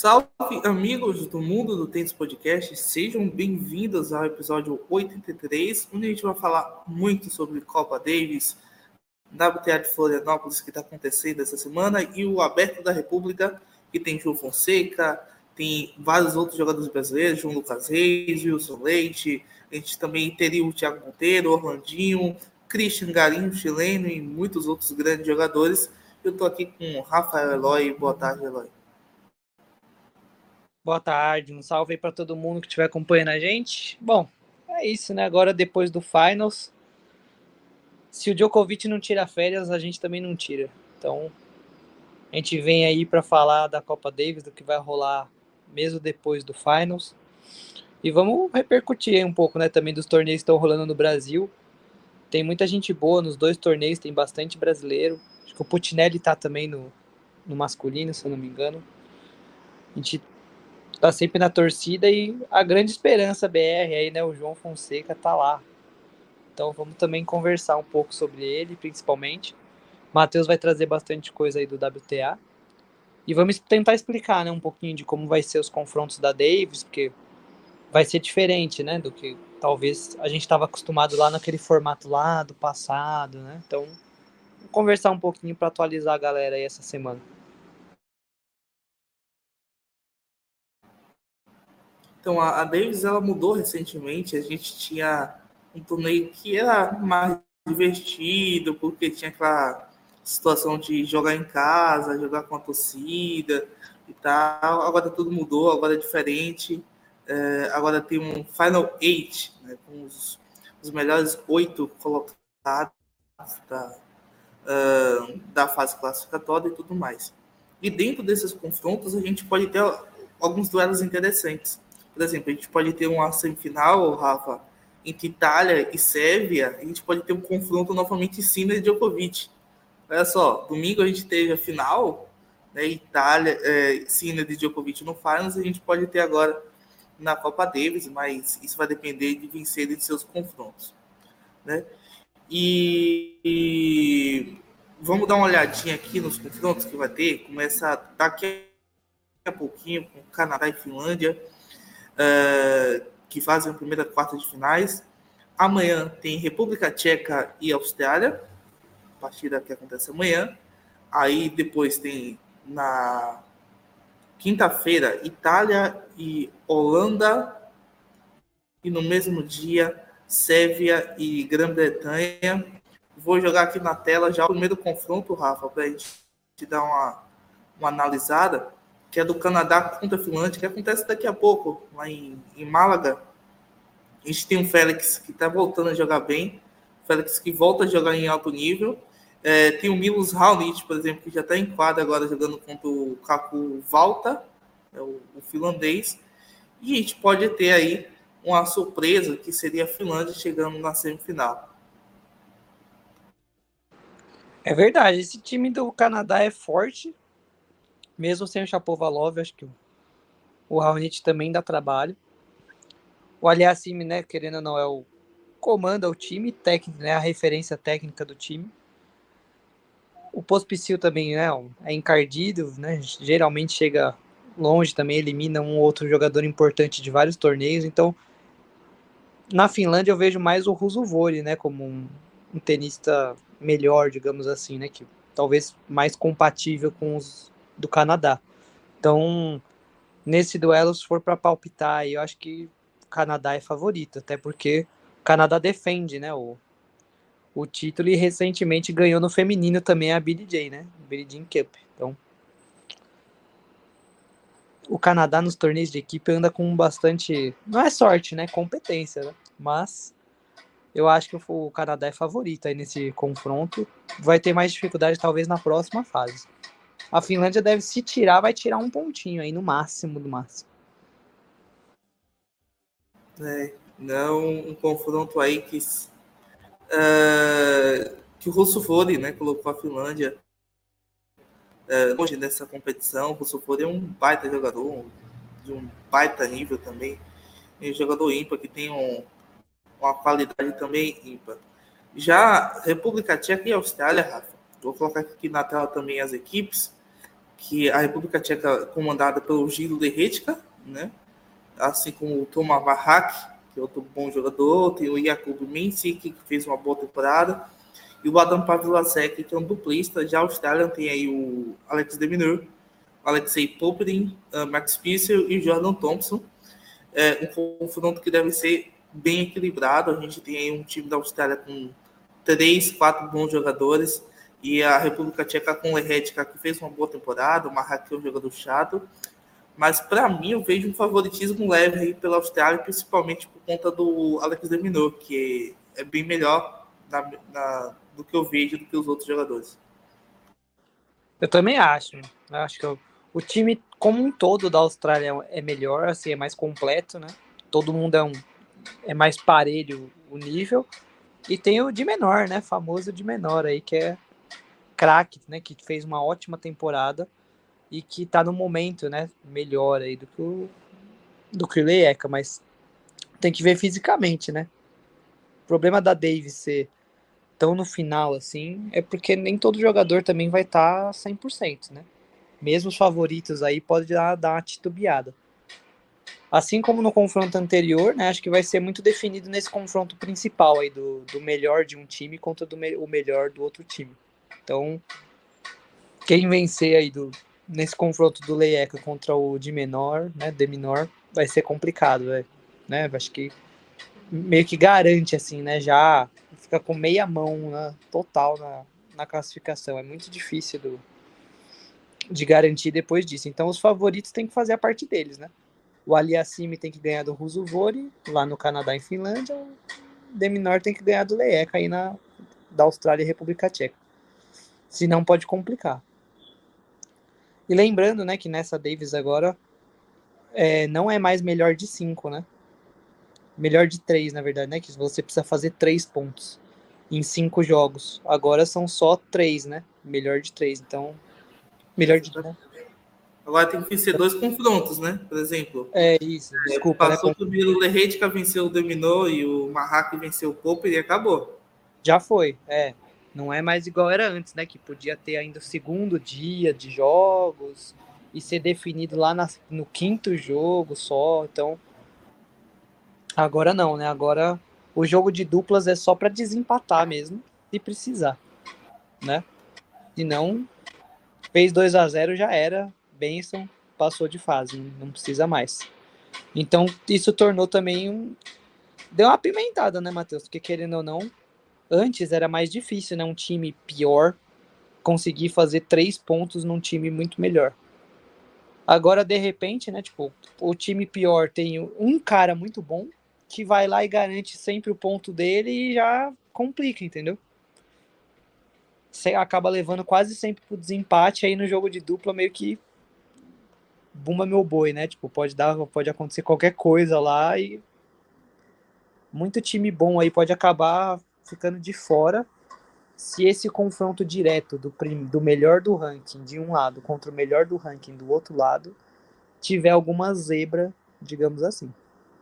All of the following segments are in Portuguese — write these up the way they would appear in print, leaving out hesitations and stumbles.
Salve, amigos do Mundo do Tênis Podcast, sejam bem-vindos ao episódio 83, onde a gente vai falar muito sobre Copa Davis, WTA de Florianópolis, que está acontecendo essa semana, e o Aberto da República, que tem João Fonseca, tem vários outros jogadores brasileiros, João Lucas Reis, Wilson Leite, a gente também teria o Thiago Monteiro, Orlandinho, Christian Garim, chileno, e muitos outros grandes jogadores. Eu estou aqui com o Rafael Eloy. Boa tarde, Eloy. Boa tarde, um salve aí para todo mundo que estiver acompanhando a gente. Bom, é isso, né? Agora, depois do Finals, se o Djokovic não tira férias, a gente também não tira. Então, a gente vem aí para falar da Copa Davis, do que vai rolar mesmo depois do Finals. E vamos repercutir aí um pouco, né? Também dos torneios que estão rolando no Brasil. Tem muita gente boa nos dois torneios, tem bastante brasileiro. Acho que o Puccinelli tá também no masculino, se eu não me engano. A gente tá sempre na torcida e a grande esperança BR aí, né? O João Fonseca tá lá. Então vamos também conversar um pouco sobre ele, principalmente. Matheus vai trazer bastante coisa aí do WTA. E vamos tentar explicar, né, um pouquinho de como vai ser os confrontos da Davis, porque vai ser diferente, né, do que talvez a gente estava acostumado lá naquele formato lá do passado, né? Então, vamos conversar um pouquinho para atualizar a galera aí essa semana. Então, a Davis, ela mudou recentemente. A gente tinha um torneio que era mais divertido, porque tinha aquela situação de jogar em casa, jogar com a torcida e tal. Agora tudo mudou, agora é diferente. Agora tem um Final Eight, né, com os melhores 8 colocados da fase classificatória e tudo mais. E dentro desses confrontos, a gente pode ter alguns duelos interessantes. Por exemplo, a gente pode ter uma semifinal, Rafa, entre Itália e Sérvia. A gente pode ter um confronto novamente Sinner e Djokovic. Olha só, domingo a gente teve a final, né, Itália, Sinner e Djokovic no Finals. A gente pode ter agora na Copa Davis, mas isso vai depender de vencer de seus confrontos, né? E vamos dar uma olhadinha aqui nos confrontos que vai ter. Começa daqui a pouquinho com Canadá e Finlândia, que fazem a primeira quarta de finais. Amanhã tem República Tcheca e Austrália, partida que acontece amanhã. Aí depois tem na quinta-feira Itália e Holanda. E no mesmo dia Sérvia e Grã-Bretanha. Vou jogar aqui na tela já o primeiro confronto, Rafa, para a gente dar uma analisada, que é do Canadá contra a Finlândia, que acontece daqui a pouco, lá em Málaga. A gente tem o Félix, que está voltando a jogar bem, o Félix que volta a jogar em alto nível. Tem o Milos Raonic, por exemplo, que já está em quadra agora jogando contra o Kaku Valta, o finlandês. E a gente pode ter aí uma surpresa, que seria a Finlândia chegando na semifinal. É verdade, esse time do Canadá é forte, mesmo sem o Shapovalov. Acho que o Raonic também dá trabalho. O Aliassime, né, querendo ou não, comanda o time técnico, né, a referência técnica do time. O Pospisil também, né, é encardido, né, geralmente chega longe também, elimina um outro jogador importante de vários torneios. Então, na Finlândia eu vejo mais o Rusuvori, né, como um tenista melhor, digamos assim, né, que talvez mais compatível com os do Canadá. Então, nesse duelo, se for para palpitar, eu acho que o Canadá é favorito, até porque o Canadá defende, né, o título, e recentemente ganhou no feminino também a Billie Jean, né, Billie Jean Cup. Então, o Canadá nos torneios de equipe anda com bastante, não é sorte, né, competência, né, mas eu acho que o Canadá é favorito aí nesse confronto. Vai ter mais dificuldade talvez na próxima fase. A Finlândia deve, se tirar, vai tirar um pontinho aí no máximo do máximo. Não um confronto aí que o Russovori, né, colocou a Finlândia longe nessa competição. O Russovori é um baita jogador, de um baita nível também. É um jogador ímpar que tem uma qualidade também ímpar. Já República Tcheca e Austrália, Rafa, vou colocar aqui na tela também as equipes, que a República Tcheca comandada pelo Gilles Lehetka, né? Assim como o Tomáš Vahák, que é outro bom jogador, tem o Jakub Mihník, que fez uma boa temporada, e o Adam Pavlacek, que é um duplista. Já a Austrália tem aí o Alex de Minaur, Alexei Popyrin, Max Purcell e Jordan Thompson. Um confronto que deve ser bem equilibrado. A gente tem aí um time da Austrália com 3, 4 bons jogadores, e a República Tcheca com o Lehetka, que fez uma boa temporada, o Mahak é um jogador chato, mas para mim eu vejo um favoritismo leve aí pela Austrália, principalmente por conta do Alex de Minaur, que é bem melhor do que eu vejo do que os outros jogadores. Eu também acho. Eu acho que o time como um todo da Austrália é melhor, assim, é mais completo, né? Todo mundo é mais parelho o nível. E tem o de menor, né? Famoso de menor aí, que é craque, né? Que fez uma ótima temporada e que tá no momento, né? Melhor aí do que o Lehetka, mas tem que ver fisicamente, né? O problema da Davis ser tão no final assim é porque nem todo jogador também vai estar 100%, né? Mesmo os favoritos aí pode dar uma titubeada. Assim como no confronto anterior, né, acho que vai ser muito definido nesse confronto principal aí do melhor de um time contra o melhor do outro time. Então, quem vencer aí nesse confronto do Lehetka contra o de menor, né, de menor, vai ser complicado, né? Acho que meio que garante assim, né, já fica com meia mão, né, total na classificação. É muito difícil de garantir depois disso. Então, os favoritos têm que fazer a parte deles, né? O Aliassime tem que ganhar do Rusuvori, lá no Canadá e Finlândia. O de menor tem que ganhar do Lehetka aí da Austrália e República Tcheca. Senão pode complicar. E lembrando, né, que nessa Davis agora não é mais melhor de 5, né? Melhor de 3, na verdade, né? Que você precisa fazer 3 pontos em 5 jogos. Agora são só 3, né? Melhor de 3. Então, melhor de... Né? Agora tem que vencer 2 confrontos, né? Por exemplo. É isso, desculpa, passou né? primeiro o Lehetka, venceu o Dominou, e o Mahak venceu o Popper e acabou. Já foi, Não é mais igual era antes, né? Que podia ter ainda o segundo dia de jogos e ser definido lá no quinto jogo só. Então, agora não, né? Agora o jogo de duplas é só para desempatar mesmo, se precisar, né? Se não, fez 2-0 já era, Benção, passou de fase, não precisa mais. Então, isso tornou também deu uma apimentada, né, Matheus? Porque querendo ou não, antes era mais difícil, né? Um time pior conseguir fazer 3 pontos num time muito melhor. Agora, de repente, né? Tipo, o time pior tem um cara muito bom que vai lá e garante sempre o ponto dele e já complica, entendeu? Você acaba levando quase sempre pro desempate, aí no jogo de dupla meio que bumba meu boi, né? Tipo, pode acontecer qualquer coisa lá e muito time bom aí pode acabar ficando de fora se esse confronto direto do melhor do ranking de um lado contra o melhor do ranking do outro lado tiver alguma zebra, digamos assim.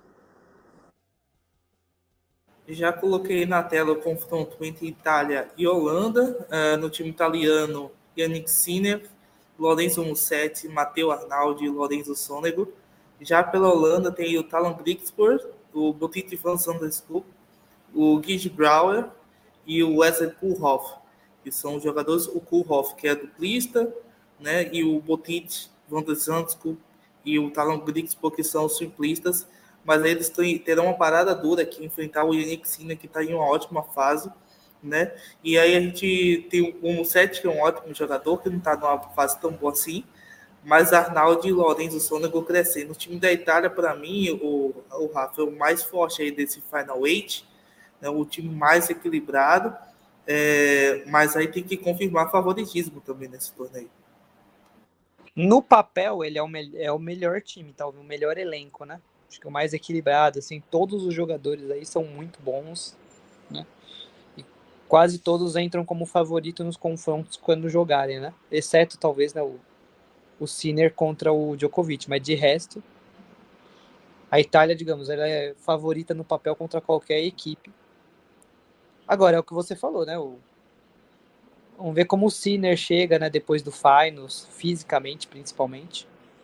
Já coloquei na tela o confronto entre Itália e Holanda. No time italiano, Yannick Sinner, Lorenzo Musetti, Matteo Arnaldi e Lorenzo Sonego. Já pela Holanda tem o Talon Griekspoor, o Botit van Sanderskoop, o Guy Brouwer e o Wesley Koolhof, que são os jogadores. O Koolhof, que é duplista, né, e o Botit van Sanderskoop e o Talon Griekspoor, que são os simplistas. Mas eles terão uma parada dura aqui, enfrentar o Yannick Sinner, que está em uma ótima fase, né? E aí a gente tem o Musetti, que é um ótimo jogador, que não está numa fase tão boa assim, mas Arnaldo e Lorenzo Sonego crescendo. O time da Itália, para mim, o Rafa é o mais forte aí desse Final Eight, né? O time mais equilibrado, mas aí tem que confirmar favoritismo também nesse torneio. No papel, ele é o melhor time, talvez o melhor elenco, né? Acho que o mais equilibrado, assim, todos os jogadores aí são muito bons, né? E quase todos entram como favorito nos confrontos quando jogarem, né? Exceto, talvez, né, o Sinner contra o Djokovic, mas de resto, a Itália, digamos, ela é favorita no papel contra qualquer equipe. Agora, é o que você falou, né? Vamos ver como o Sinner chega, né, depois do Finals, fisicamente, principalmente.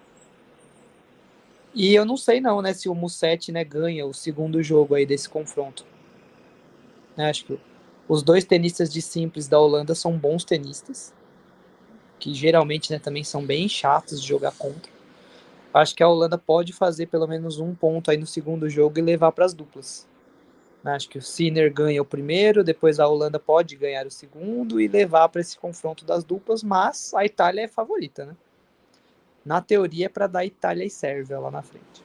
E eu não sei não, né, se o Musetti, né, ganha o segundo jogo aí desse confronto. Acho que os dois tenistas de simples da Holanda são bons tenistas, que geralmente, né, também são bem chatos de jogar contra. Acho que a Holanda pode fazer pelo menos um ponto aí no segundo jogo e levar para as duplas. Acho que o Sinner ganha o primeiro, depois a Holanda pode ganhar o segundo e levar para esse confronto das duplas, mas a Itália é favorita, né? Na teoria é para dar Itália e Sérvia lá na frente.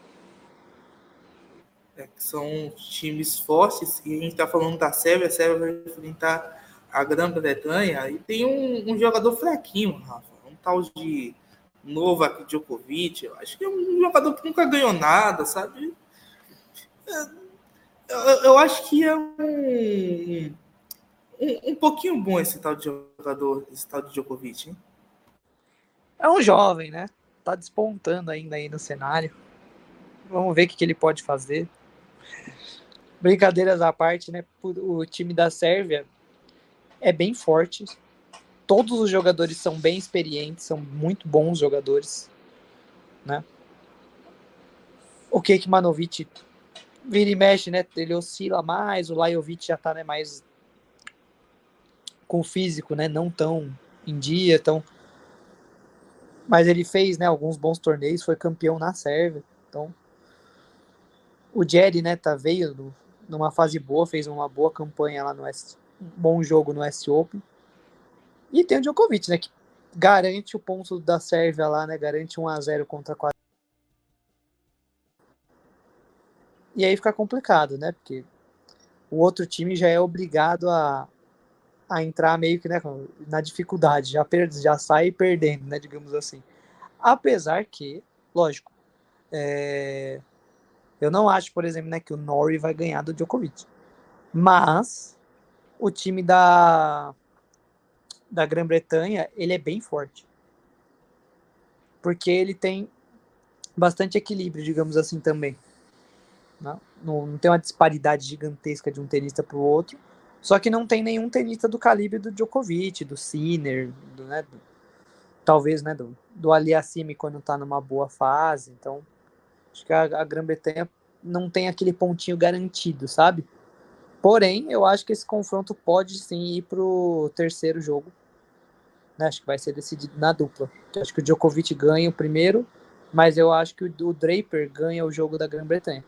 Que são times fortes, e a gente está falando da Sérvia, a Sérvia vai enfrentar a Grã-Bretanha, e tem um jogador fraquinho, Rafa, um tal de Novak Djokovic, eu acho que é um jogador que nunca ganhou nada, sabe? Eu acho que é um pouquinho bom esse tal de jogador, esse tal de Djokovic, hein? É um jovem, né? Tá despontando ainda aí no cenário. Vamos ver o que ele pode fazer. Brincadeiras à parte, né? O time da Sérvia é bem forte. Todos os jogadores são bem experientes, são muito bons jogadores, né? O Kekmanovic vira e mexe, né? Ele oscila mais, o Lajovic já tá, né, mais com o físico, né, não tão em dia, tão... mas ele fez, né, alguns bons torneios, foi campeão na Sérvia, então o Jerry, né, veio numa fase boa, fez uma boa campanha lá no um bom jogo no S Open, e tem o Djokovic, né, que garante o ponto da Sérvia lá, né, garante 1-0 contra a 4. E aí fica complicado, né, porque o outro time já é obrigado a entrar meio que, né, na dificuldade, já sai perdendo, né, digamos assim. Apesar que, lógico, eu não acho, por exemplo, né, que o Norrie vai ganhar do Djokovic. Mas o time da Grã-Bretanha, ele é bem forte. Porque ele tem bastante equilíbrio, digamos assim, também. Não tem uma disparidade gigantesca de um tenista para o outro. Só que não tem nenhum tenista do calibre do Djokovic, do Sinner, talvez, né, do Aliassime quando está numa boa fase. Então, acho que a Grã-Bretanha não tem aquele pontinho garantido, sabe? Porém, eu acho que esse confronto pode sim ir pro terceiro jogo. Né? Acho que vai ser decidido na dupla. Eu acho que o Djokovic ganha o primeiro, mas eu acho que o Draper ganha o jogo da Grã-Bretanha.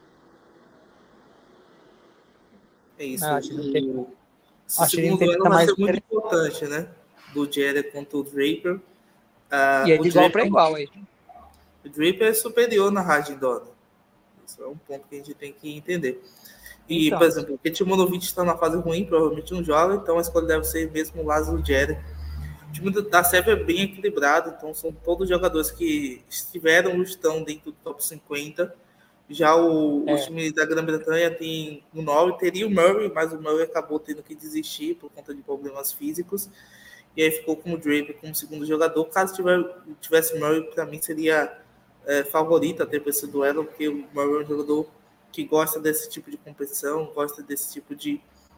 É isso. Esse Acho ele um segundo duelo tenista vai mais ser muito importante, né? Do Jerry contra o Draper. e é O de igual para Draper, igual aí. o Draper é superior na Hardindoda. Isso é um ponto que a gente tem que entender. E, Então, por exemplo, o Kecmanovic está na fase ruim, provavelmente não joga, então a escolha deve ser mesmo o Laszlo Djere. O time da Sérvia é bem equilibrado, então são todos jogadores que estiveram ou estão dentro do top 50. Já o time da Grã-Bretanha tem o Norrie, teria o Murray, mas o Murray acabou tendo que desistir por conta de problemas físicos. E aí ficou com o Draper como segundo jogador. Caso tivesse Murray, para mim seria favorito até para esse duelo, porque o Murray é um jogador que gosta desse tipo de competição, gosta desse tipo de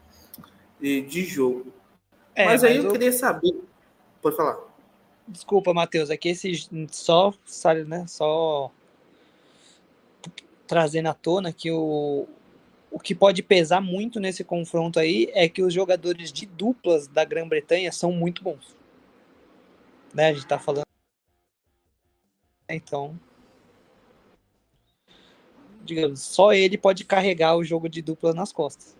jogo. Mas aí eu queria saber... Pode falar. Desculpa, Matheus, é que né, só trazendo à tona que o que pode pesar muito nesse confronto aí é que os jogadores de duplas da Grã-Bretanha são muito bons. Né, a gente tá falando... Então, digamos, só ele pode carregar o jogo de dupla nas costas.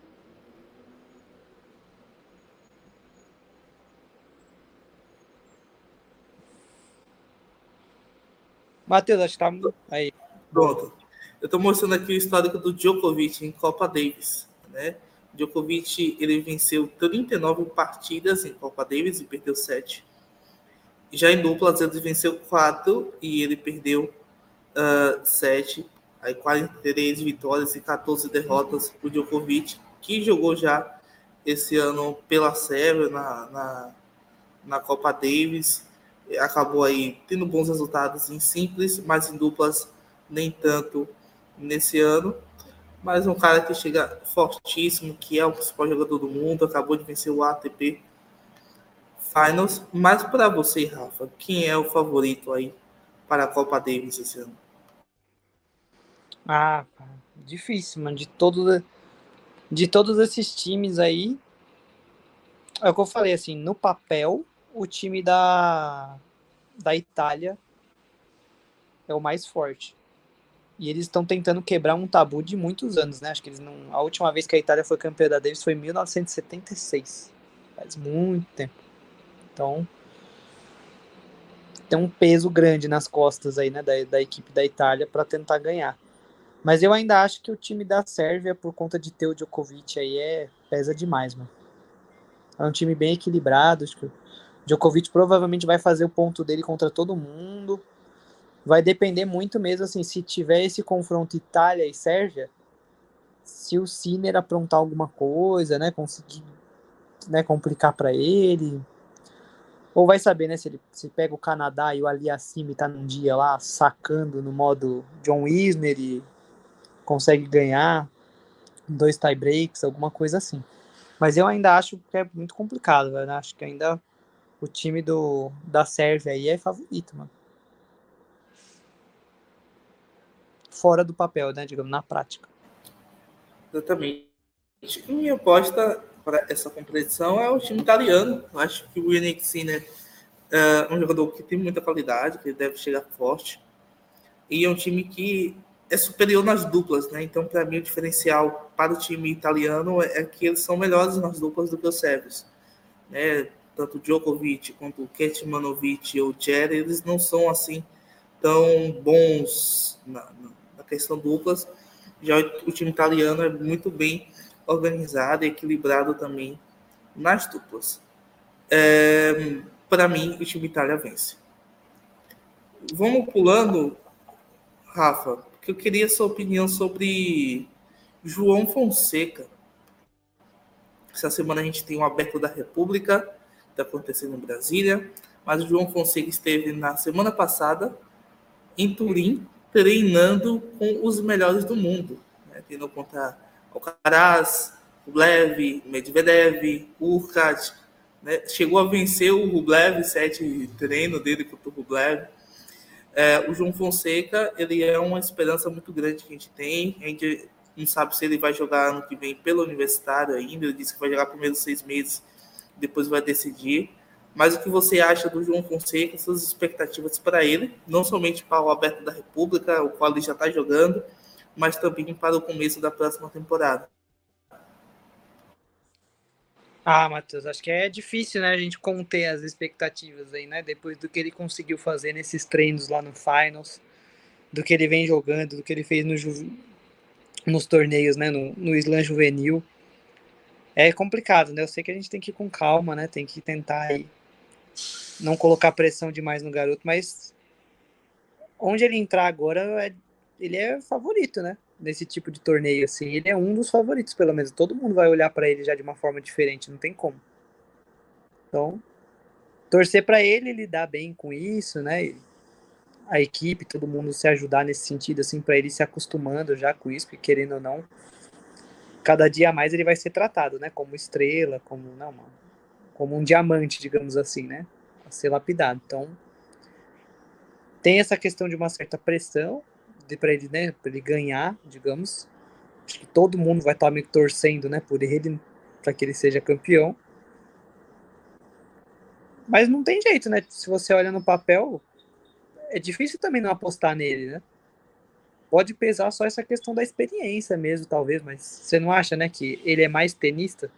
Matheus, acho que tá aí. Pronto. Eu estou mostrando aqui o histórico do Djokovic em Copa Davis, né? Djokovic, ele venceu 39 partidas em Copa Davis e perdeu 7. Já em duplas, ele venceu 4 e ele perdeu 7. Aí 43 vitórias e 14 derrotas para o Djokovic, que jogou já esse ano pela Sérvia na Copa Davis. Acabou aí tendo bons resultados em simples, mas em duplas nem tanto nesse ano. Mas um cara que chega fortíssimo, que é o principal jogador do mundo, acabou de vencer o ATP Finals. Mas para você, Rafa, quem é o favorito aí para a Copa Davis esse ano? Ah, difícil, mano. De todos esses times aí, é o que eu falei, assim, no papel, o time da Itália é o mais forte. E eles estão tentando quebrar um tabu de muitos anos, né? Acho que eles não. A última vez que a Itália foi campeã da Davis foi em 1976. Faz muito tempo. Então, tem um peso grande nas costas aí, né, da equipe da Itália para tentar ganhar. Mas eu ainda acho que o time da Sérvia, por conta de ter o Djokovic aí, pesa demais, mano. É um time bem equilibrado. Acho que o Djokovic provavelmente vai fazer o ponto dele contra todo mundo. Vai depender muito mesmo, assim, se tiver esse confronto Itália e Sérvia, se o Sinner aprontar alguma coisa, né, conseguir, né, complicar para ele. Ou vai saber, né, se ele se pega o Canadá e o Aliassime tá num dia lá sacando no modo John Isner e consegue ganhar 2 tie breaks, alguma coisa assim. Mas eu ainda acho que é muito complicado, velho. Acho que ainda o time da Sérvia aí é favorito, mano. Fora do papel, né, digamos, na prática. Exatamente. E minha aposta para essa competição é o time italiano. Eu acho que o Yannick Sinner é um jogador que tem muita qualidade, que deve chegar forte. E é um time que é superior nas duplas, né? Então, para mim, o diferencial para o time italiano é que eles são melhores nas duplas do que os sérvios, né? Tanto o Djokovic quanto o Kecmanovic ou o Jerry, eles não são assim tão bons na questão duplas. Já o time italiano é muito bem organizado e equilibrado também nas duplas. Para mim, o time Itália vence. Vamos pulando, Rafa, porque eu queria sua opinião sobre João Fonseca. Essa semana a gente tem o Aberto da República, que está acontecendo em Brasília, mas o João Fonseca esteve na semana passada em Turim, treinando com os melhores do mundo, né? Tendo contra Alcaraz, Rublev, Medvedev, Urkacz, né? Chegou a vencer o Rublev, 7 treino dele contra o Rublev. O João Fonseca, ele é uma esperança muito grande que a gente tem. A gente não sabe se ele vai jogar ano que vem pelo Universitário ainda. Ele disse que vai jogar primeiros 6 meses, depois vai decidir. Mas o que você acha do João Fonseca, suas expectativas para ele, não somente para o Aberto da República, o qual ele já está jogando, mas também para o começo da próxima temporada? Ah, Matheus, acho que é difícil, né, a gente conter as expectativas aí, né, depois do que ele conseguiu fazer nesses treinos lá no Finals, do que ele vem jogando, do que ele fez nos torneios, né, no Slam Juvenil. É complicado, né, eu sei que a gente tem que ir com calma, né, tem que tentar aí não colocar pressão demais no garoto, mas onde ele entrar agora, ele é favorito, né, nesse tipo de torneio, assim, ele é um dos favoritos, pelo menos, todo mundo vai olhar para ele já de uma forma diferente, não tem como. Então, torcer para ele lidar bem com isso, né? A equipe, todo mundo se ajudar nesse sentido, assim, para ele se acostumando já com isso, porque querendo ou não, cada dia mais ele vai ser tratado, né? Como estrela, como não, mano, como um diamante, digamos assim, né? A ser lapidado. Então, tem essa questão de uma certa pressão para ele, né? Para ele ganhar, digamos. Acho que todo mundo vai estar meio torcendo, né? Por ele, para que ele seja campeão. Mas não tem jeito, né? Se você olha no papel, é difícil também não apostar nele, né? Pode pesar só essa questão da experiência mesmo, talvez, mas você não acha, né, que ele é mais tenista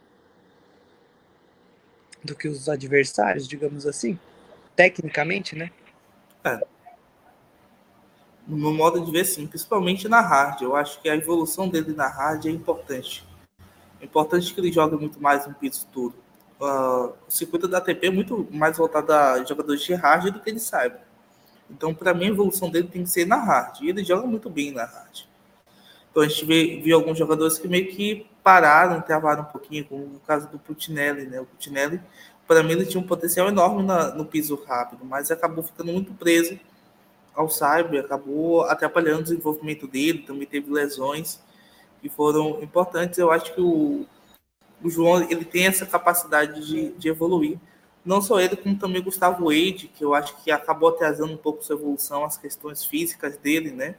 do que os adversários, digamos assim? Tecnicamente, né? É, no meu modo de ver, sim, principalmente na hard. Eu acho que a evolução dele na hard é importante. É importante que ele jogue muito mais no piso duro. O circuito da ATP é muito mais voltado a jogadores de hard do que ele saiba. Então, para mim, a evolução dele tem que ser na hard. E ele joga muito bem na hard. Então, a gente viu alguns jogadores que meio que pararam, travaram um pouquinho, como o caso do Putinelli, né? O Putinelli, para mim, ele tinha um potencial enorme no piso rápido, mas acabou ficando muito preso ao cyber, acabou atrapalhando o desenvolvimento dele, também teve lesões que foram importantes. Eu acho que o João, ele tem essa capacidade de evoluir Não só ele, como também Gustavo Wade, que eu acho que acabou atrasando um pouco sua evolução, as questões físicas dele, né?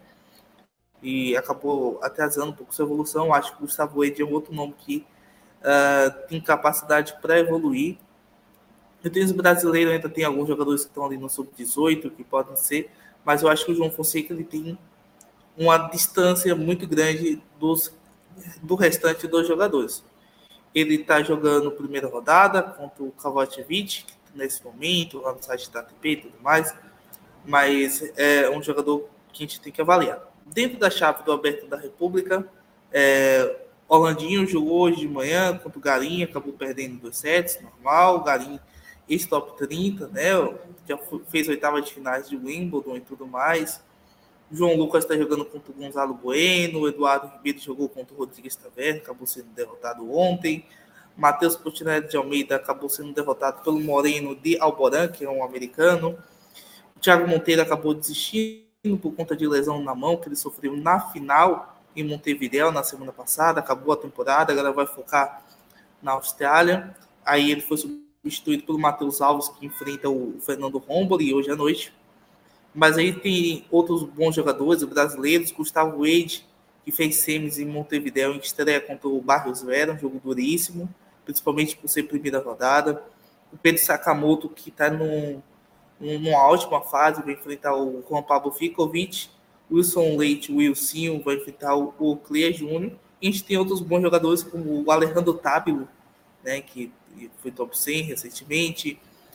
E acabou atrasando um pouco sua evolução. Eu acho que o Gustavo Wade é um outro nome que tem capacidade para evoluir. Eu tenho os brasileiros, ainda tem alguns jogadores que estão ali no sub-18, que podem ser, mas eu acho que o João Fonseca ele tem uma distância muito grande do restante dos jogadores. Ele está jogando primeira rodada contra o Kovacevic, nesse momento, lá no site da ATP e tudo mais, mas é um jogador que a gente tem que avaliar. Dentro da chave do Aberto da República, Orlandinho jogou hoje de manhã contra o Garim, acabou perdendo 2 sets, normal. O Garim, ex-top 30, né? Já fez oitava de finais de Wimbledon e tudo mais. O João Lucas está jogando contra o Gonzalo Bueno. O Eduardo Ribeiro jogou contra o Rodrigues Taverna, acabou sendo derrotado ontem. Matheus Coutinho de Almeida acabou sendo derrotado pelo Moreno de Alborã, que é um americano. O Thiago Monteiro acabou desistindo por conta de lesão na mão, que ele sofreu na final em Montevideo na semana passada. Acabou a temporada, agora vai focar na Austrália. Aí ele foi substituído pelo Matheus Alves, que enfrenta o Fernando Romboli hoje à noite. Mas aí tem outros bons jogadores brasileiros, Gustavo Wade, que fez semis em Montevideo em estreia contra o Barrios Vera, um jogo duríssimo, principalmente por ser primeira rodada. O Pedro Sakamoto, que está numa ótima fase, vai enfrentar o Juan Pablo Fickovic. Wilson Leite, o Wilsinho, vai enfrentar o Clear Júnior. E a gente tem outros bons jogadores, como o Alejandro Tábilo, né, que foi top 100 recentemente,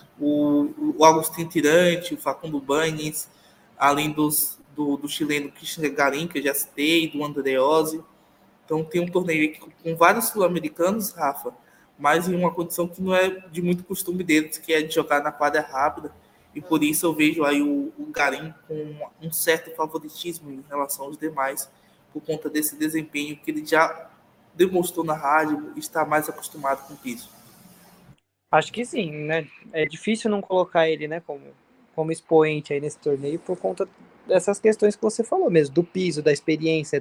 o Agostinho Tirante, o Facundo Banes, além do chileno Christian Garim, que eu já citei, do Andreozzi. Então tem um torneio aqui com vários sul-americanos, Rafa, mas em uma condição que não é de muito costume deles, que é de jogar na quadra rápida. E por isso eu vejo aí o Garim com um certo favoritismo em relação aos demais, por conta desse desempenho que ele já demonstrou na rádio, está mais acostumado com o piso. Acho que sim, né? É difícil não colocar ele, né, como expoente aí nesse torneio por conta dessas questões que você falou mesmo, do piso, da experiência,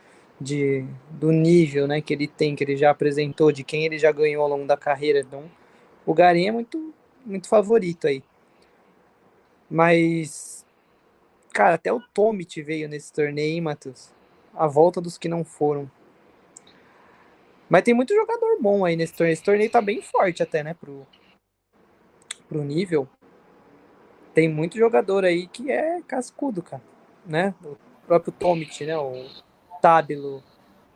do nível, né, que ele tem, que ele já apresentou, de quem ele já ganhou ao longo da carreira. Então, o Garim é muito, muito favorito aí. Mas, cara, até o Tomic veio nesse torneio, hein, Matheus? A volta dos que não foram. Mas tem muito jogador bom aí nesse torneio. Esse torneio tá bem forte até, né, pro nível. Tem muito jogador aí que é cascudo, cara, né? O próprio Tomic, né? O Tábilo,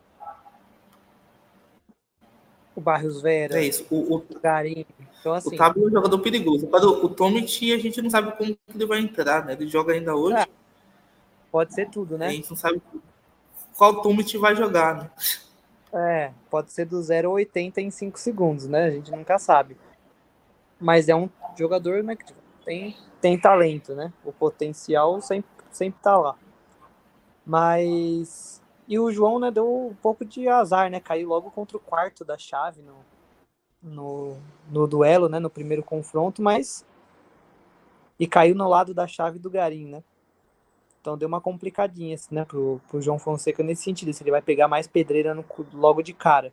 o Barrios É Vera, isso. o Garim. Então, O assim, Tábio é um jogador perigoso. O Tomic, a gente não sabe como ele vai entrar, né? Ele joga ainda hoje. pode ser tudo, A né? gente não sabe qual Tomic vai jogar, né? Pode ser do 0 a 80 em 5 segundos, né? A gente nunca sabe. Mas é um jogador, né, que tem talento, né? O potencial sempre tá lá. Mas... E o João, né, deu um pouco de azar, né? Caiu logo contra o quarto da chave no duelo, né? No primeiro confronto, mas... E caiu no lado da chave do Garim, né? Então deu uma complicadinha, assim, né, pro João Fonseca nesse sentido. Se ele vai pegar mais pedreira logo de cara.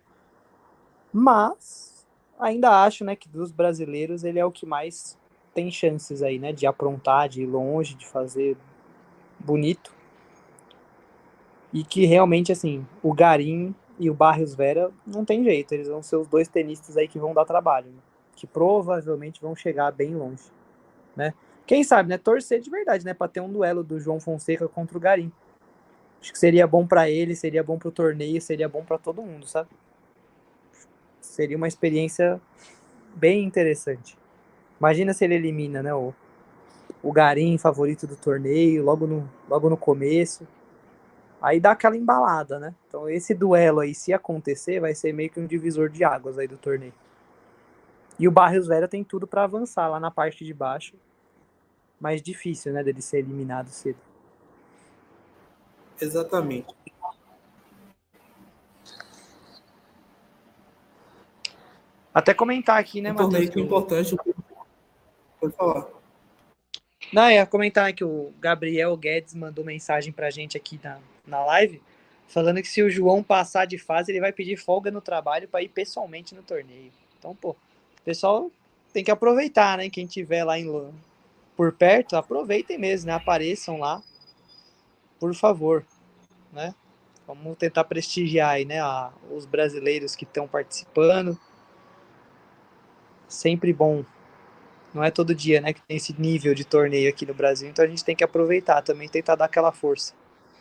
Mas ainda acho, né, que dos brasileiros ele é o que mais tem chances aí, né, de aprontar, de ir longe, de fazer bonito. E que realmente, assim, o Garim e o Barrios Vera não tem jeito. Eles vão ser os dois tenistas aí que vão dar trabalho, né? Que provavelmente vão chegar bem longe, né? Quem sabe, né? Torcer de verdade, né? Pra ter um duelo do João Fonseca contra o Garim. Acho que seria bom para ele, seria bom pro torneio, seria bom para todo mundo, sabe? Seria uma experiência bem interessante. Imagina se ele elimina, né? O Garim, favorito do torneio, logo no começo. Aí dá aquela embalada, né? Então esse duelo aí, se acontecer, vai ser meio que um divisor de águas aí do torneio. E o Barrios Vera tem tudo para avançar lá na parte de baixo. Mais difícil, né, dele ser eliminado cedo. Exatamente. Até comentar aqui, né, Um Matheus, torneio que que é importante, pode falar. Não, ia comentar que o Gabriel Guedes mandou mensagem pra gente aqui na live, falando que se o João passar de fase, ele vai pedir folga no trabalho para ir pessoalmente no torneio. Então, pô, o pessoal tem que aproveitar, né? Quem tiver lá por perto, aproveitem mesmo, né? Apareçam lá, por favor, né? Vamos tentar prestigiar aí, né? Os brasileiros que estão participando. Sempre bom. Não é todo dia, né, que tem esse nível de torneio aqui no Brasil, então a gente tem que aproveitar também, tentar dar aquela força.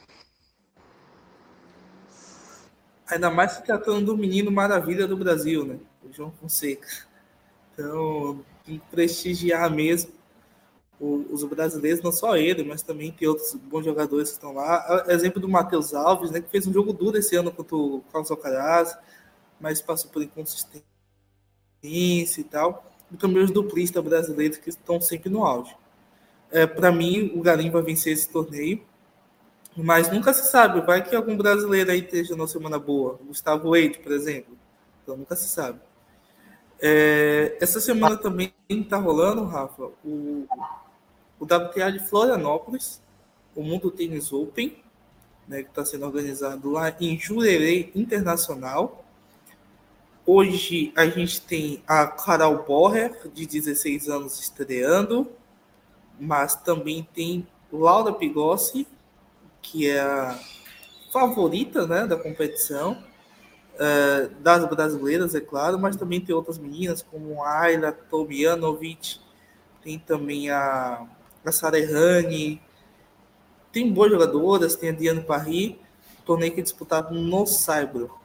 Ainda mais se tratando do menino maravilha do Brasil, né? O João Fonseca. Então, tem que prestigiar mesmo os brasileiros, não só ele, mas também tem outros bons jogadores que estão lá. Exemplo do Matheus Alves, né, que fez um jogo duro esse ano contra o Carlos Alcaraz, mas passou por inconsistência e tal. E também os duplistas brasileiros que estão sempre no auge. Para mim, o Garim vai vencer esse torneio, mas nunca se sabe. Vai que algum brasileiro aí esteja numa semana boa. Gustavo Eito, por exemplo. Então nunca se sabe. Essa semana também está rolando, Rafa, o WTA de Florianópolis, o Mundo Tênis Open, né, que está sendo organizado lá em Jurerê Internacional. Hoje a gente tem a Carol Borrer, de 16 anos, estreando, mas também tem Laura Pigossi, que é a favorita, né, da competição, das brasileiras, é claro, mas também tem outras meninas, como a Ayla Tomjanovic, tem também a Sara Errani, tem boas jogadoras, tem a Diane Paris, torneio que é disputado no Saibro.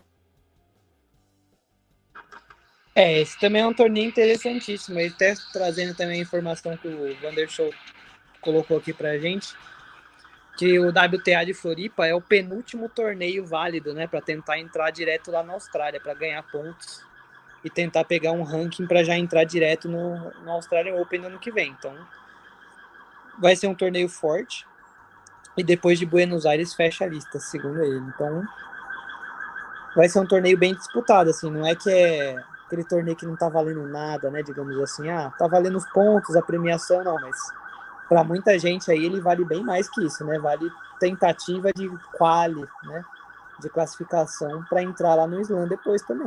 Esse também é um torneio interessantíssimo. Ele até trazendo também a informação que o Wandershow colocou aqui pra gente, que o WTA de Floripa é o penúltimo torneio válido, né, para tentar entrar direto lá na Austrália, para ganhar pontos e tentar pegar um ranking para já entrar direto no Australian Open no ano que vem. Então, vai ser um torneio forte e depois de Buenos Aires fecha a lista, segundo ele. Então, vai ser um torneio bem disputado, assim, não é que é aquele torneio que não tá valendo nada, né, digamos assim, tá valendo os pontos, a premiação, não, mas para muita gente aí ele vale bem mais que isso, né, vale tentativa de quali, né, de classificação para entrar lá no Slam depois também.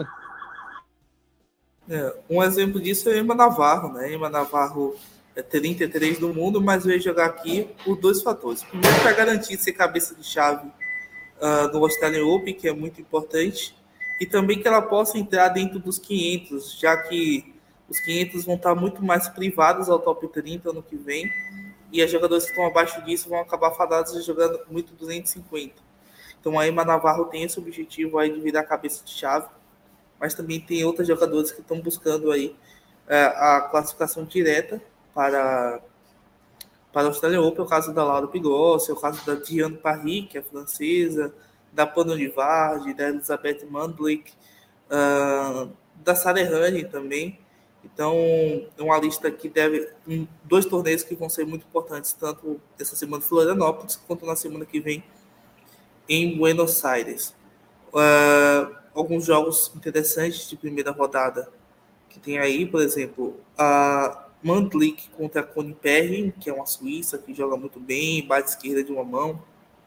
Um exemplo disso é a Emma Navarro, né? Emma Navarro é 33 do mundo, mas veio jogar aqui por dois fatores. Primeiro, para garantir ser cabeça de chave no Australian Open, que é muito importante, e também que ela possa entrar dentro dos 500, já que os 500 vão estar muito mais privados ao top 30 ano que vem, e as jogadoras que estão abaixo disso vão acabar fadadas jogando muito 250. Então a Emma Navarro tem esse objetivo aí de virar cabeça de chave, mas também tem outros jogadores que estão buscando aí a classificação direta para o Australian Open, o caso da Laura Pigossi, o caso da Diane Paris, que é francesa, da Pano de Varge, da Elizabeth Mandlik, da Sara Errani também. Então, é uma lista que deve... dois torneios que vão ser muito importantes, tanto essa semana em Florianópolis, quanto na semana que vem em Buenos Aires. Alguns jogos interessantes de primeira rodada que tem aí, por exemplo, a Mandlik contra a Connie Perrin, que é uma suíça que joga muito bem, bate esquerda de uma mão.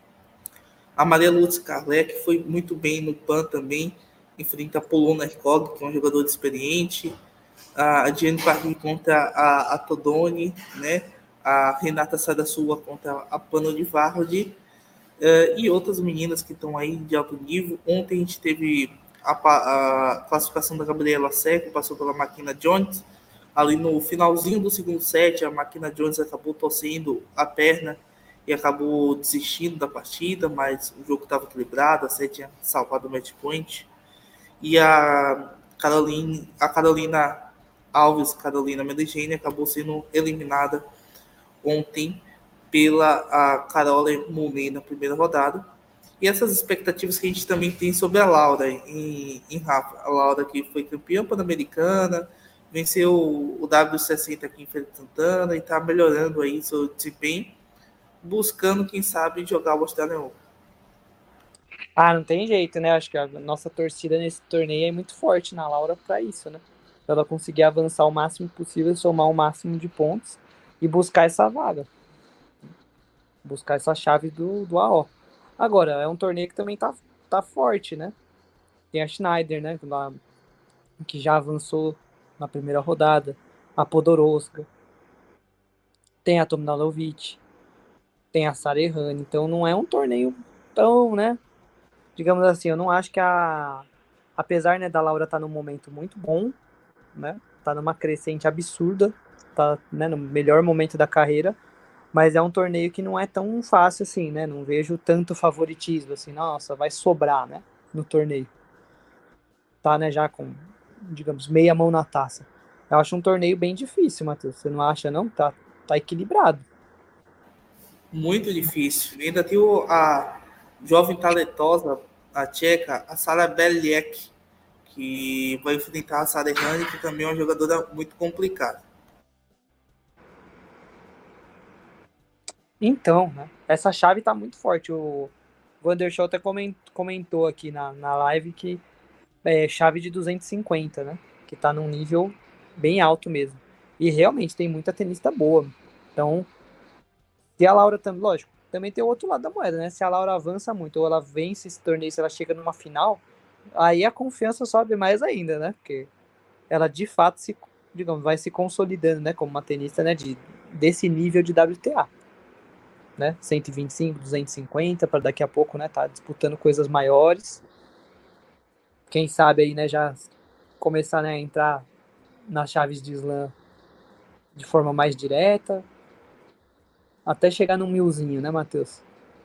A Maria Lutz Carlé, que foi muito bem no PAN também, enfrenta a Polona Ercog, que é um jogador experiente. A Diane Paris contra a Todoni, né? A Renata Sadasua contra a Pano de Varde. E outras meninas que estão aí de alto nível. Ontem a gente teve a classificação da Gabriela Seco, passou pela Makina Jones. Ali no finalzinho do segundo set, a Makina Jones acabou torcendo a perna e acabou desistindo da partida, mas o jogo estava equilibrado, a set tinha salvado o match point. E a Carolina Alves, Carolina Meligeni, acabou sendo eliminada ontem pela a Caroline Monet na primeira rodada. E essas expectativas que a gente também tem sobre a Laura em Rafa. A Laura que foi campeã pan-americana, venceu o W60 aqui em Feira de Santana e está melhorando aí seu desempenho, buscando, quem sabe, jogar o Australian Open. Não tem jeito, né? Acho que a nossa torcida nesse torneio é muito forte na Laura para isso, né? Para ela conseguir avançar o máximo possível, somar o máximo de pontos e buscar essa vaga. Buscar essa chave do AO. Agora, é um torneio que também tá forte, né? Tem a Schneider, né? Que já avançou na primeira rodada. a Podoroska, tem a Tomljanovic, tem a Sara Errani, então não é um torneio tão, né, digamos assim, eu não acho que apesar, né, da Laura estar num momento muito bom, né, tá numa crescente absurda, tá, né, no melhor momento da carreira, mas é um torneio que não é tão fácil assim, né, não vejo tanto favoritismo, assim, nossa, vai sobrar, né, no torneio. Tá, né, já com, digamos, meia mão na taça. Eu acho um torneio bem difícil, Matheus, você não acha, não? Tá equilibrado. Muito difícil. E ainda tem a jovem talentosa, a tcheca, a Sara Beliek, que vai enfrentar a Sara Errani, que também é uma jogadora muito complicada. Então, né, essa chave tá muito forte. O Wandershot até comentou aqui na live que é chave de 250, né? Que tá num nível bem alto mesmo. E realmente tem muita tenista boa. Então, se a Laura também, lógico, também tem o outro lado da moeda, né? Se a Laura avança muito ou ela vence esse torneio, se ela chega numa final, aí a confiança sobe mais ainda, né? Porque ela de fato se, digamos, vai se consolidando, né? Como uma tenista, né? Desse nível de WTA, né? 125, 250, para daqui a pouco, né? Tá disputando coisas maiores. Quem sabe aí, né? Já começar, né, a entrar nas chaves de slam de forma mais direta, até chegar num milzinho, né, Matheus?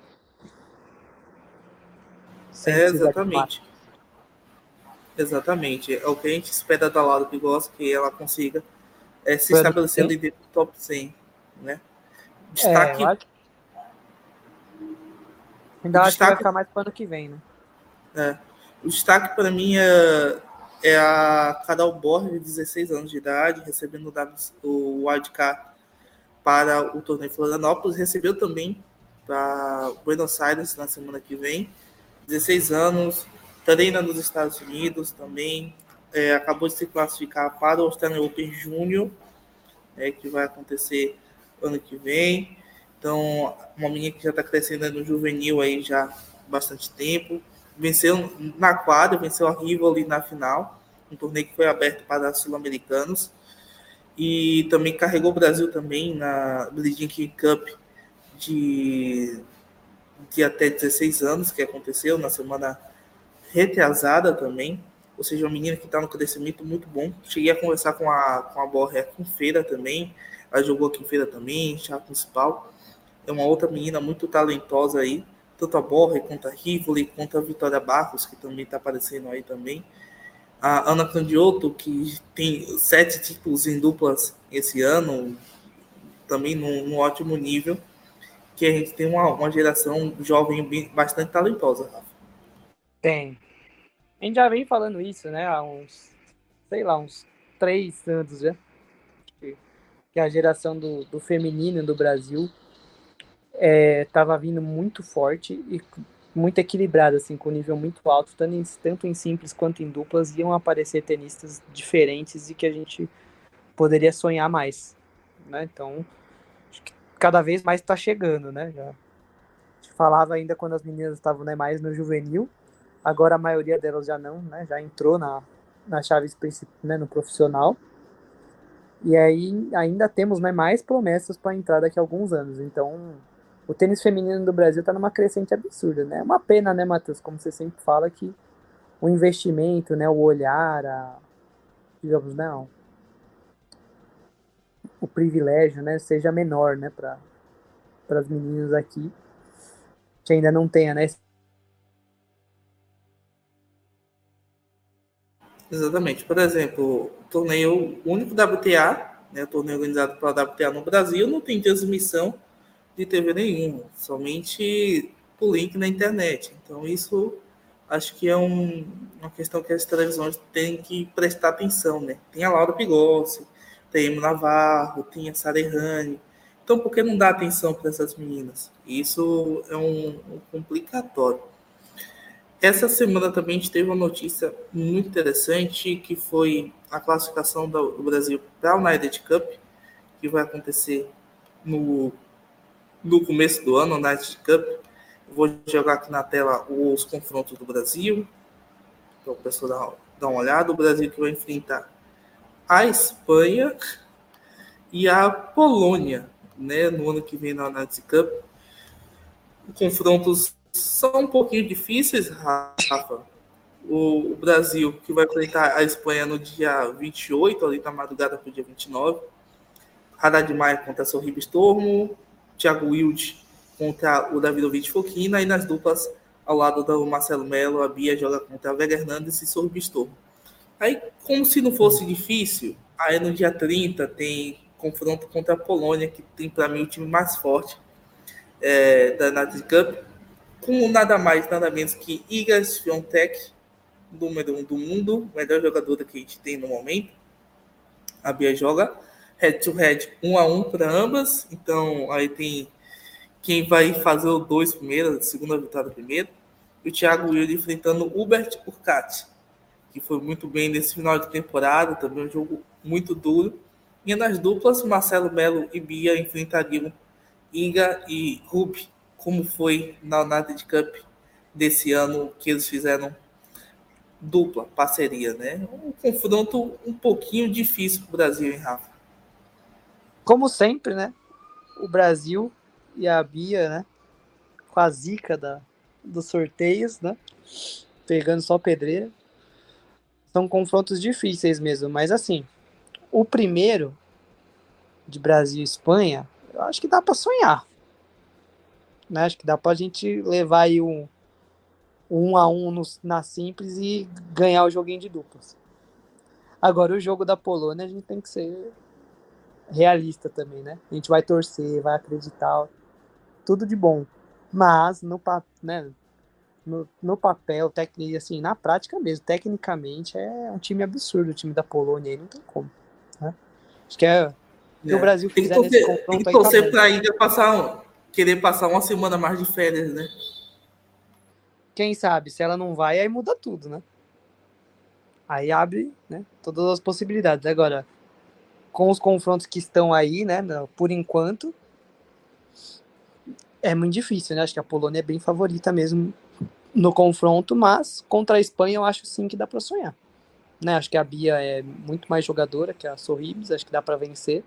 Sem É, precisar de mais. exatamente. Exatamente. É o que a gente espera da Laura Pigossi, que ela consiga se Foi ano que estabelecer vem? ali dentro do top 100, né? É, eu Destaque, acho, o ainda acho que vai destaque, ficar mais pro ano que vem, né? é, o destaque para mim é a Carol Borges, de 16 anos de idade, recebendo o wildcard para o torneio Florianópolis, recebeu também para Buenos Aires na semana que vem. 16 anos, treina nos Estados Unidos também, acabou de se classificar para o Australian Open Júnior, que vai acontecer ano que vem. Então, uma menina que já está crescendo no juvenil aí já há bastante tempo. Venceu na quadra, venceu a Rivoli na final, um torneio que foi aberto para sul-americanos. E também carregou o Brasil também na Billie Jean Cup de, de até 16 anos, que aconteceu na semana retrasada também. Ou seja, uma menina que está no crescimento muito bom. Cheguei a conversar com a Borja com Feira também. Ela jogou aqui em Feira também, chave principal. É uma outra menina muito talentosa aí. Tanto a Borja quanto a Rivoli, quanto a Vitória Barros, que também está aparecendo aí também. A Ana Candiotto, que tem 7 títulos em duplas esse ano, também num ótimo nível. Que a gente tem uma geração jovem bastante talentosa, Rafa. Tem. A gente já vem falando isso, né? Há uns, sei lá, uns 3 anos já. Que a geração do feminino do Brasil estava vindo muito forte e muito equilibrada, assim, com um nível muito alto, tanto em simples quanto em duplas, iam aparecer tenistas diferentes e que a gente poderia sonhar mais, né? Então, acho que cada vez mais está chegando, né? Já te falava ainda quando as meninas estavam, né, mais no juvenil, agora a maioria delas já não, né? Já entrou na chave né, no profissional. E aí ainda temos, né, mais promessas para entrar daqui a alguns anos. Então, o tênis feminino do Brasil está numa crescente absurda, né? É uma pena, né, Matheus, como você sempre fala, que o investimento, né, o olhar, digamos, não, o privilégio, né, seja menor, né, para as meninas aqui, que ainda não tenha, né? Exatamente. Por exemplo, o torneio único WTA, né, o torneio organizado pela WTA no Brasil, não tem transmissão de TV nenhuma, somente o link na internet. Então, isso acho que é uma questão que as televisões têm que prestar atenção, né? Tem a Laura Pigossi, tem a Emo Navarro, tem a Sara Errani. Então, por que não dar atenção para essas meninas? Isso é um complicatório. Essa semana também a gente teve uma notícia muito interessante, que foi a classificação do Brasil para a United Cup, que vai acontecer no, no começo do ano, a United Cup. Vou jogar aqui na tela os confrontos do Brasil, para o pessoal dar uma olhada. O Brasil que vai enfrentar a Espanha, e a Polônia, né, no ano que vem na Nations Cup. Confrontos são um pouquinho difíceis, Rafa. O Brasil, que vai enfrentar a Espanha no dia 28, ali na madrugada para o dia 29. Haddad Maia contra a Sorriba Stormo, Thiago Wilde contra o Davidovich Fokina, e nas duplas, ao lado do Marcelo Melo, a Bia joga contra a Vega Hernandes e Sorriba Stormo. Aí, como se não fosse difícil, aí no dia 30 tem confronto contra a Polônia, que tem para mim o time mais forte da Nations Cup, com nada mais, nada menos que Iga Swiatek, número 1 do mundo, melhor jogadora que a gente tem no momento. A Bia joga head-to-head 1-1 para ambas, então aí tem quem vai fazer o 2 primeiro, a segunda vitória primeiro, e o Thiago Wilde enfrentando Hubert Hurkacz, que foi muito bem nesse final de temporada, também um jogo muito duro. E nas duplas, Marcelo Melo e Bia enfrentariam Iga e Rubi, como foi na United Cup desse ano, que eles fizeram dupla, parceria, né? Um confronto um pouquinho difícil para o Brasil, hein, Rafa? Como sempre, né? O Brasil e a Bia, né? Com a zica dos sorteios, né? Pegando só pedreira. São confrontos difíceis mesmo, mas assim, o primeiro de Brasil e Espanha, eu acho que dá para sonhar. Né? Acho que dá para a gente levar aí um 1-1 na simples e ganhar o joguinho de duplas. Agora, o jogo da Polônia, a gente tem que ser realista também, né? A gente vai torcer, vai acreditar, tudo de bom. Mas, né, no papel, assim, na prática mesmo, tecnicamente, é um time absurdo o time da Polônia aí, não tem como. Né? Acho que o que o Brasil fizer nesse confronto tem que aí tá torcer bom. para a Ilha querer passar uma semana mais de férias, né? Quem sabe, se ela não vai, aí muda tudo, né? Aí abre, né, todas as possibilidades. Agora, com os confrontos que estão aí, né, por enquanto, é muito difícil, né? Acho que a Polônia é bem favorita mesmo no confronto, mas contra a Espanha eu acho sim que dá para sonhar. Né? Acho que a Bia é muito mais jogadora que a Sorribes, acho que dá para vencer.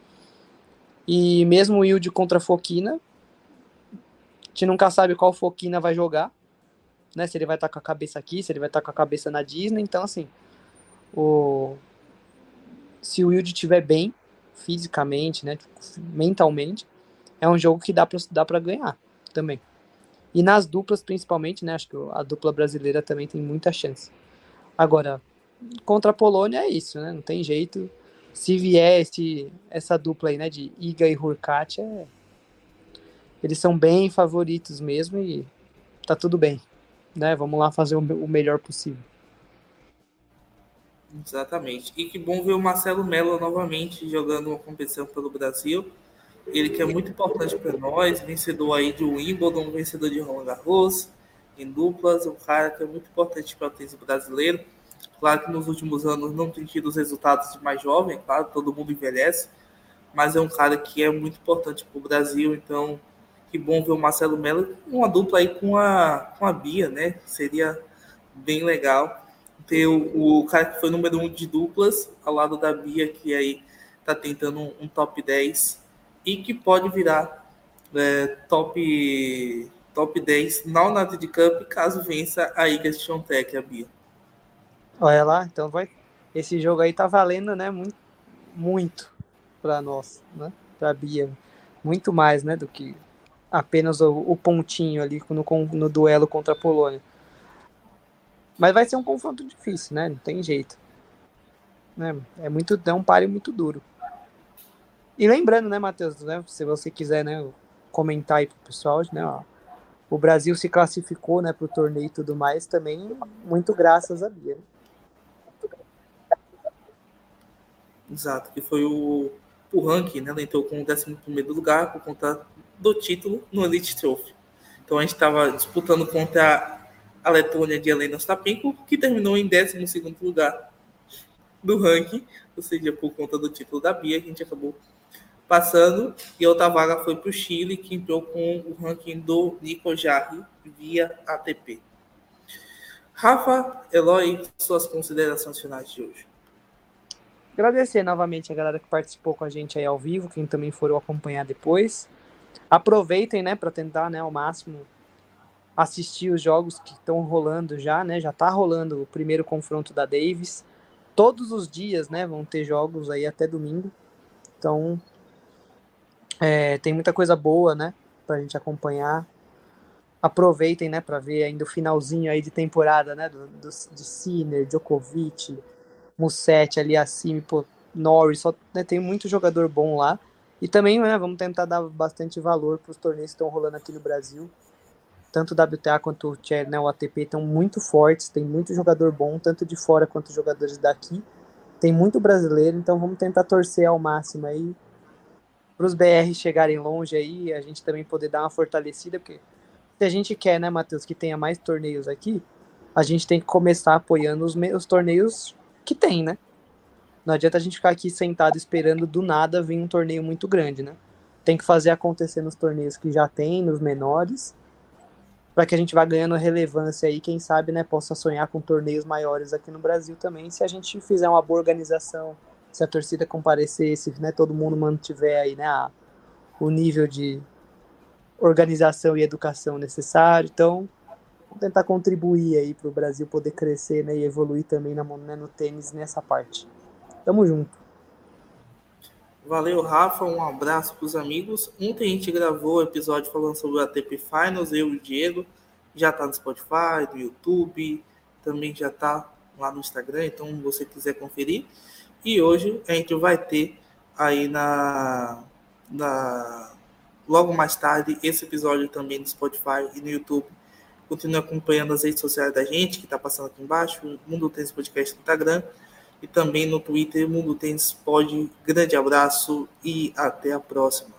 E mesmo o Wilde contra a Fokina, a gente nunca sabe qual Fokina vai jogar, né? Se ele vai estar com a cabeça aqui, se ele vai estar com a cabeça na Disney. Então, assim, se o Wilde estiver bem, fisicamente, né, mentalmente, é um jogo que dá para ganhar também. E nas duplas, principalmente, né, acho que a dupla brasileira também tem muita chance. Agora, contra a Polônia é isso, né, não tem jeito. Se vier essa dupla aí, né, de Iga e Hurkacz, eles são bem favoritos mesmo e tá tudo bem, né, vamos lá fazer o melhor possível. Exatamente. E que bom ver o Marcelo Melo novamente jogando uma competição pelo Brasil. Ele que é muito importante para nós, vencedor aí de Wimbledon, vencedor de Roland Garros, em duplas, um cara que é muito importante para o tênis brasileiro. Claro que nos últimos anos não tem tido os resultados de mais jovem, claro, todo mundo envelhece, mas é um cara que é muito importante para o Brasil, então que bom ver o Marcelo Melo, uma dupla aí com a Bia, né? Seria bem legal ter o cara que foi número 1 de duplas ao lado da Bia, que aí tá tentando um top 10 e que pode virar top 10 na United Cup caso vença a Iga Swiatek, a Bia. Olha lá, então esse jogo aí tá valendo, né, muito, muito para nós, né, para Bia, muito mais, né, do que apenas o pontinho ali no duelo contra a Polônia. Mas vai ser um confronto difícil, né, não tem jeito. Né, é um páreo muito duro. E lembrando, né, Matheus, né, se você quiser, né, comentar aí pro pessoal, né, ó, o Brasil se classificou, né, pro torneio e tudo mais também, muito graças a Bia. Exato, que foi o ranking, né? Ela entrou com o 11º lugar por conta do título no Elite Trophy. Então a gente estava disputando contra a Letônia de Elena Ostapenko, que terminou em 12º lugar do ranking, ou seja, por conta do título da Bia, a gente acabou passando, e a outra vaga foi para o Chile, que entrou com o ranking do Nico Jarry via ATP. Rafa, Eloy, suas considerações finais de hoje. Agradecer novamente a galera que participou com a gente aí ao vivo, quem também foram acompanhar depois. Aproveitem, né, para tentar, né, ao máximo assistir os jogos que estão rolando já, né? Já tá rolando o primeiro confronto da Davis. Todos os dias, né, vão ter jogos aí até domingo. Então, tem muita coisa boa, né, pra gente acompanhar. Aproveitem, né, para ver ainda o finalzinho aí de temporada, né, de Sinner, Djokovic, Musetti, Aliassime, pô, Norris, só, né, tem muito jogador bom lá. E também, né, vamos tentar dar bastante valor para os torneios que estão rolando aqui no Brasil. Tanto o WTA quanto o Chad, né, o ATP estão muito fortes, tem muito jogador bom, tanto de fora quanto jogadores daqui. Tem muito brasileiro, então vamos tentar torcer ao máximo aí para os BR chegarem longe aí, a gente também poder dar uma fortalecida, porque se a gente quer, né, Matheus, que tenha mais torneios aqui, a gente tem que começar apoiando os torneios que tem, né? Não adianta a gente ficar aqui sentado esperando do nada vir um torneio muito grande, né? Tem que fazer acontecer nos torneios que já tem, nos menores, para que a gente vá ganhando relevância aí, quem sabe, né, possa sonhar com torneios maiores aqui no Brasil também, se a gente fizer uma boa organização, se a torcida comparecer, se, né, todo mundo mantiver aí, né, o nível de organização e educação necessário. Então, vamos tentar contribuir aí para o Brasil poder crescer, né, e evoluir também né, no tênis nessa parte. Tamo junto. Valeu, Rafa. Um abraço para os amigos. Ontem a gente gravou o episódio falando sobre o ATP Finals, eu e o Diego. Já está no Spotify, no YouTube, também já está lá no Instagram, então se você quiser conferir. E hoje a gente vai ter aí logo mais tarde esse episódio também no Spotify e no YouTube. Continue acompanhando as redes sociais da gente, que está passando aqui embaixo, o Mundo Tênis Podcast no Instagram e também no Twitter, Mundo Tênis Pod. Grande abraço e até a próxima.